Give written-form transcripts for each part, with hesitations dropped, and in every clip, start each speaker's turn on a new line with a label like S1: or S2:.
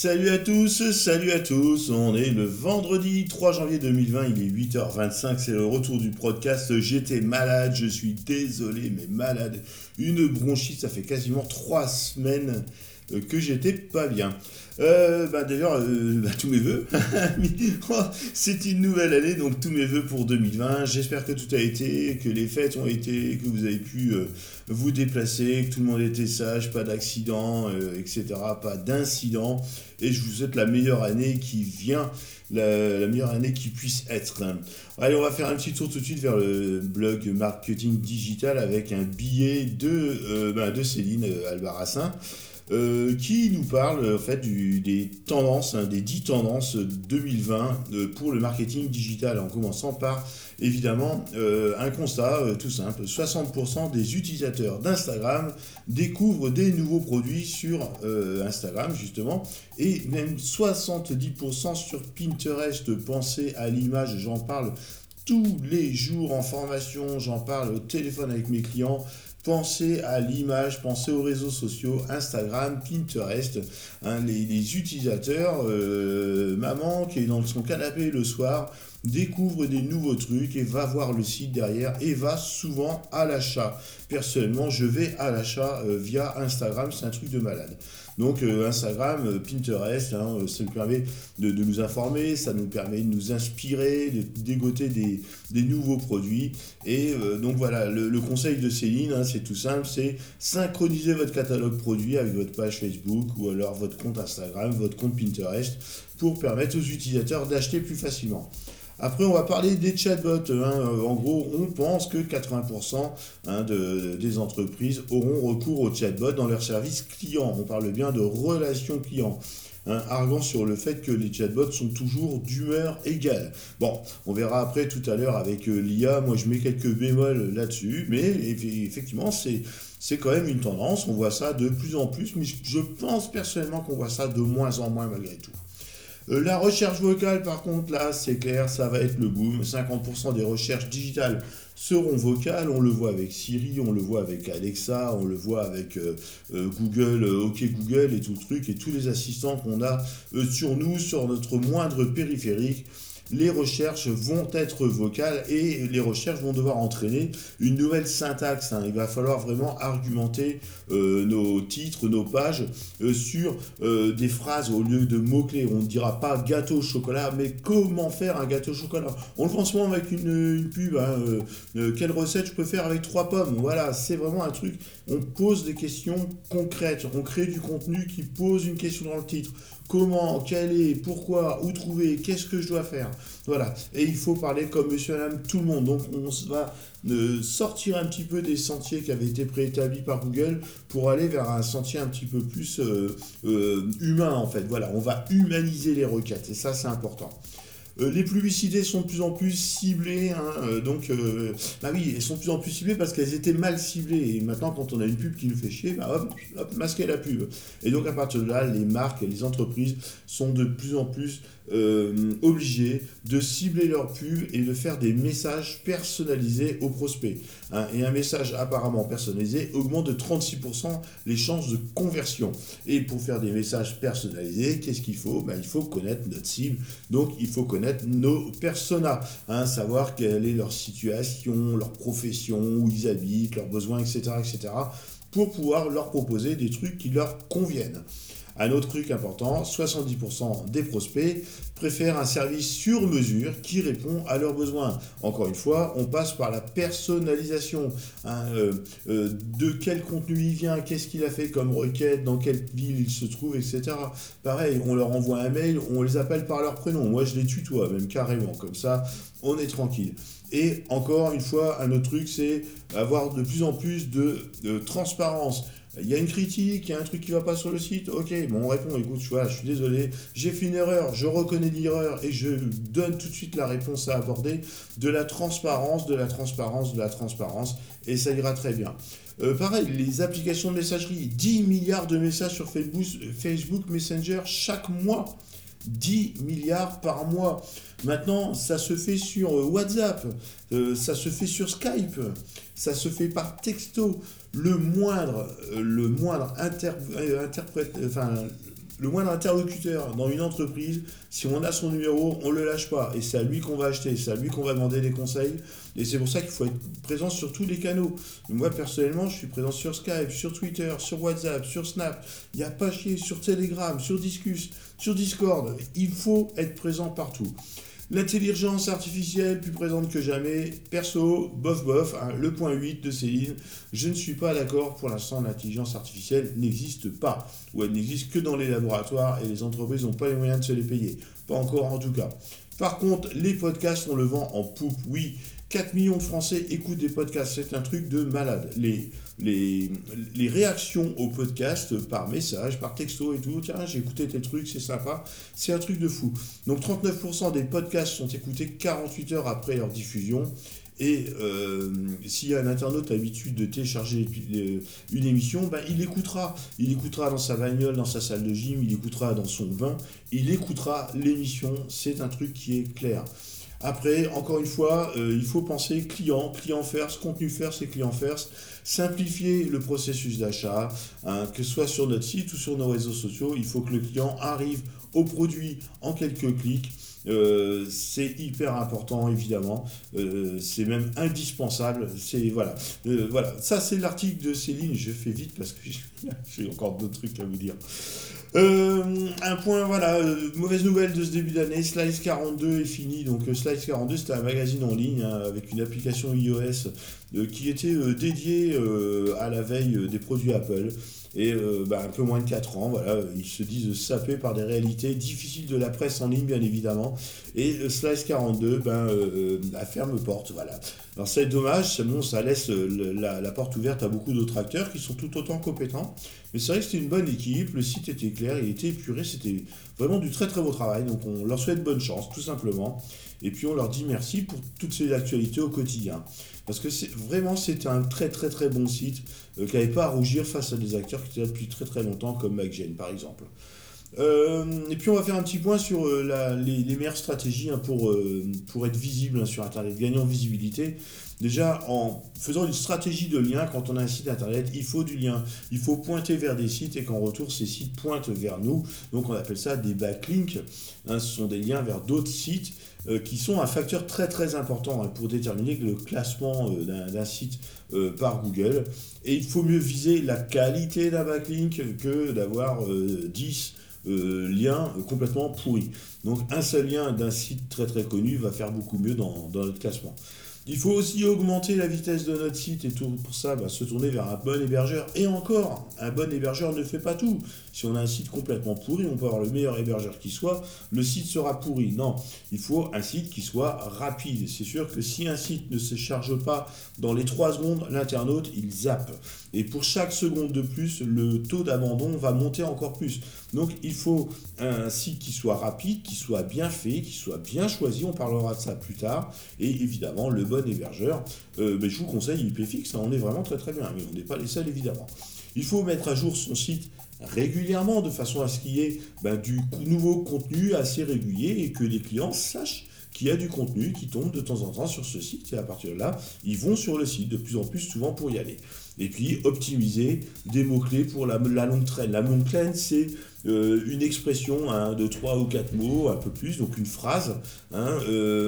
S1: Salut à tous, on est le vendredi 3 janvier 2020, il est 8h25, c'est le retour du podcast. J'étais malade, je suis désolé, mais malade. Une bronchite, ça fait quasiment 3 semaines que j'étais pas bien. D'ailleurs, tous mes voeux. C'est une nouvelle année, donc tous mes voeux pour 2020. J'espère que tout a été, que les fêtes ont été, que vous avez pu vous déplacer, que tout le monde était sage, pas d'accident, etc., pas d'incident. Et je vous souhaite la meilleure année qui vient, la meilleure année qui puisse être. Allez, on va faire un petit tour tout de suite vers le blog Marketing Digital avec un billet de Céline Albarracin. Qui nous parle en fait des tendances, des 10 tendances 2020 pour le marketing digital, en commençant par évidemment un constat tout simple. 60% des utilisateurs d'Instagram découvrent des nouveaux produits sur Instagram justement, et même 70% sur Pinterest. Pensez à l'image, j'en parle tous les jours en formation, j'en parle au téléphone avec mes clients. Pensez à l'image, pensez aux réseaux sociaux, Instagram, Pinterest, les utilisateurs, maman qui est dans son canapé le soir, découvre des nouveaux trucs et va voir le site derrière et va souvent à l'achat. Personnellement, je vais à l'achat via Instagram, c'est un truc de malade. Donc Instagram, Pinterest, ça nous permet de nous informer, ça nous permet de nous inspirer, de dégoter des nouveaux produits. Et donc voilà, le conseil de Céline, c'est tout simple, c'est synchroniser votre catalogue produit avec votre page Facebook ou alors votre compte Instagram, votre compte Pinterest pour permettre aux utilisateurs d'acheter plus facilement. Après, on va parler des chatbots. En gros, on pense que 80% des entreprises auront recours aux chatbots dans leur service client. On parle bien de relations clients. Arguant sur le fait que les chatbots sont toujours d'humeur égale. Bon, on verra après tout à l'heure avec l'IA. Moi, je mets quelques bémols là-dessus. Mais effectivement, c'est quand même une tendance. On voit ça de plus en plus. Mais je pense personnellement qu'on voit ça de moins en moins malgré tout. La recherche vocale, par contre, là, c'est clair, ça va être le boom. 50% des recherches digitales seront vocales. On le voit avec Siri, on le voit avec Alexa, on le voit avec Google, OK Google et tout le truc, et tous les assistants qu'on a sur nous, sur notre moindre périphérique. Les recherches vont être vocales et les recherches vont devoir entraîner une nouvelle syntaxe. Il va falloir vraiment argumenter nos titres, nos pages sur des phrases au lieu de mots-clés. On ne dira pas gâteau au chocolat, mais comment faire un gâteau au chocolat. On le transforme avec une pub. Quelle recette je peux faire avec 3 pommes. Voilà, c'est vraiment un truc. On pose des questions concrètes. On crée du contenu qui pose une question dans le titre. Comment, quel est, pourquoi, où trouver, qu'est-ce que je dois faire. Voilà. Et il faut parler comme monsieur et madame tout le monde. Donc on va sortir un petit peu des sentiers qui avaient été préétablis par Google pour aller vers un sentier un petit peu plus humain en fait. Voilà, on va humaniser les requêtes et ça c'est important. Les publicités sont de plus en plus ciblées, elles sont de plus en plus ciblées parce qu'elles étaient mal ciblées. Et maintenant, quand on a une pub qui nous fait chier, hop, masquer la pub. Et donc, à partir de là, les marques et les entreprises sont de plus en plus obligées de cibler leurs pubs et de faire des messages personnalisés aux prospects. Et un message apparemment personnalisé augmente de 36% les chances de conversion. Et pour faire des messages personnalisés, qu'est-ce qu'il faut ? Il faut connaître notre cible, donc il faut connaître nos personas, savoir quelle est leur situation, leur profession, où ils habitent, leurs besoins, etc., pour pouvoir leur proposer des trucs qui leur conviennent. Un autre truc important, 70% des prospects préfèrent un service sur mesure qui répond à leurs besoins. Encore une fois, on passe par la personnalisation. De quel contenu il vient, qu'est-ce qu'il a fait comme requête, dans quelle ville il se trouve, etc. Pareil, on leur envoie un mail, on les appelle par leur prénom. Moi, je les tutoie, même carrément. Comme ça, on est tranquille. Et encore une fois, un autre truc, c'est avoir de plus en plus de transparence. Il y a une critique, il y a un truc qui ne va pas sur le site, ok, bon on répond, écoute, je suis désolé, j'ai fait une erreur, je reconnais l'erreur et je donne tout de suite la réponse à aborder, de la transparence, et ça ira très bien. Pareil, les applications de messagerie, 10 milliards de messages sur Facebook Messenger chaque mois. 10 milliards par mois. Maintenant, ça se fait sur WhatsApp, ça se fait sur Skype, ça se fait par texto. Le moindre le moindre interlocuteur dans une entreprise, si on a son numéro, on ne le lâche pas. Et c'est à lui qu'on va acheter, c'est à lui qu'on va demander des conseils. Et c'est pour ça qu'il faut être présent sur tous les canaux. Moi, personnellement, je suis présent sur Skype, sur Twitter, sur WhatsApp, sur Snap. Il n'y a pas chier, sur Telegram, sur Discus, sur Discord. Il faut être présent partout. L'intelligence artificielle, plus présente que jamais. Perso, bof, hein, le point 8 de Céline. Je ne suis pas d'accord. Pour l'instant, l'intelligence artificielle n'existe pas. Ou elle n'existe que dans les laboratoires et les entreprises n'ont pas les moyens de se les payer. Pas encore en tout cas. Par contre, les podcasts, on le vend en poupe. Oui, 4 millions de Français écoutent des podcasts. C'est un truc de malade. Les réactions aux podcasts par message, par texto et tout, tiens, j'ai écouté tes trucs, c'est sympa, c'est un truc de fou. Donc 39% des podcasts sont écoutés 48 heures après leur diffusion. Et s'il y a un internaute habitué de télécharger une émission, ben, il l'écoutera. Il l'écoutera dans sa bagnole, dans sa salle de gym, il l'écoutera dans son bain, il écoutera l'émission, c'est un truc qui est clair. Après, encore une fois, il faut penser client first, contenu first et client first. Simplifier le processus d'achat, hein, que ce soit sur notre site ou sur nos réseaux sociaux. Il faut que le client arrive au produit en quelques clics. C'est hyper important, évidemment. C'est même indispensable. Voilà. Ça, c'est l'article de Céline. Je fais vite parce que j'ai encore d'autres trucs à vous dire. Un point, voilà, mauvaise nouvelle de ce début d'année, Slice 42 est fini. Donc Slice 42, c'était un magazine en ligne hein, avec une application iOS qui était dédiée à la veille des produits Apple. Et un peu moins de 4 ans, voilà, ils se disent sapés par des réalités difficiles de la presse en ligne, bien évidemment. Et Slice 42, la ferme porte, voilà. Alors c'est dommage, bon, ça laisse la porte ouverte à beaucoup d'autres acteurs qui sont tout autant compétents. Mais c'est vrai que c'était une bonne équipe, le site était clair, il était épuré, c'était vraiment du très très beau travail. Donc on leur souhaite bonne chance, tout simplement. Et puis on leur dit merci pour toutes ces actualités au quotidien. Parce que c'est un très très très bon site qui n'avait pas à rougir face à des acteurs qui étaient là depuis très très longtemps, comme MacGen par exemple. Et puis on va faire un petit point sur les meilleures stratégies hein, pour être visible hein, sur Internet, gagner en visibilité. Déjà, en faisant une stratégie de lien, quand on a un site Internet, il faut du lien. Il faut pointer vers des sites et qu'en retour, ces sites pointent vers nous. Donc on appelle ça des backlinks. Hein, ce sont des liens vers d'autres sites qui sont un facteur très très important hein, pour déterminer le classement d'un site par Google. Et il faut mieux viser la qualité d'un backlink que d'avoir 10 liens complètement pourris. Donc un seul lien d'un site très très connu va faire beaucoup mieux dans notre classement. Il faut aussi augmenter la vitesse de notre site et tout pour ça, se tourner vers un bon hébergeur. Et encore, un bon hébergeur ne fait pas tout. Si on a un site complètement pourri, on peut avoir le meilleur hébergeur qui soit, le site sera pourri. Non, il faut un site qui soit rapide. C'est sûr que si un site ne se charge pas dans les 3 secondes, l'internaute, il zappe. Et pour chaque seconde de plus, le taux d'abandon va monter encore plus. Donc il faut un site qui soit rapide, qui soit bien fait, qui soit bien choisi. On parlera de ça plus tard. Et évidemment, le bon hébergeur, je vous conseille IPFix, hein, on est vraiment très très bien, mais on n'est pas les seuls évidemment. Il faut mettre à jour son site régulièrement de façon à ce qu'il y ait du nouveau contenu assez régulier et que les clients sachent qu'il y a du contenu qui tombe de temps en temps sur ce site et à partir de là, ils vont sur le site de plus en plus souvent pour y aller. Et puis optimiser des mots-clés pour la longue traîne. La longue traîne, c'est une expression hein, de 3 ou 4 mots, un peu plus, donc une phrase, hein,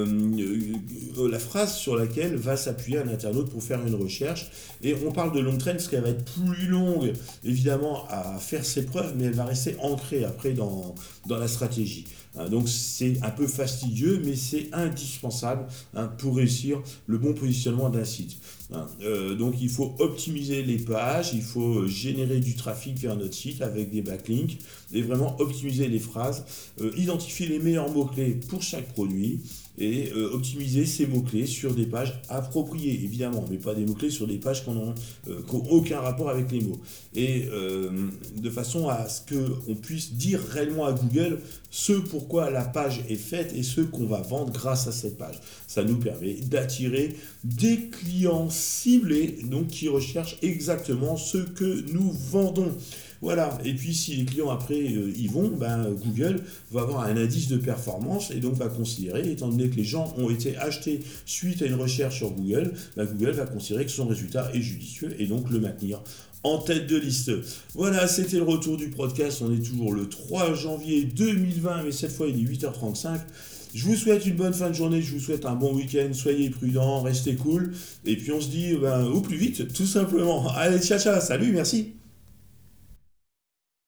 S1: la phrase sur laquelle va s'appuyer un internaute pour faire une recherche. Et on parle de longue traîne parce qu'elle va être plus longue, évidemment, à faire ses preuves, mais elle va rester ancrée après dans la stratégie. Donc c'est un peu fastidieux, mais c'est indispensable hein, pour réussir le bon positionnement d'un site. Donc il faut optimiser les pages, il faut générer du trafic vers notre site avec des backlinks et vraiment optimiser les phrases, identifier les meilleurs mots-clés pour chaque produit et optimiser ces mots-clés sur des pages appropriées, évidemment, mais pas des mots-clés sur des pages qui n'ont aucun rapport avec les mots. Et de façon à ce qu'on puisse dire réellement à Google ce pourquoi la page est faite et ce qu'on va vendre grâce à cette page. Ça nous permet d'attirer des clients ciblés, donc qui recherchent exactement ce que nous vendons. Voilà, et puis si les clients après y vont, Google va avoir un indice de performance et donc va considérer, étant donné que les gens ont été achetés suite à une recherche sur Google, Google va considérer que son résultat est judicieux et donc le maintenir en tête de liste. Voilà, c'était le retour du podcast. On est toujours le 3 janvier 2020, mais cette fois il est 8h35. Je vous souhaite une bonne fin de journée, je vous souhaite un bon week-end, soyez prudents, restez cool, et puis on se dit au plus vite, tout simplement. Allez, ciao, ciao, salut, merci.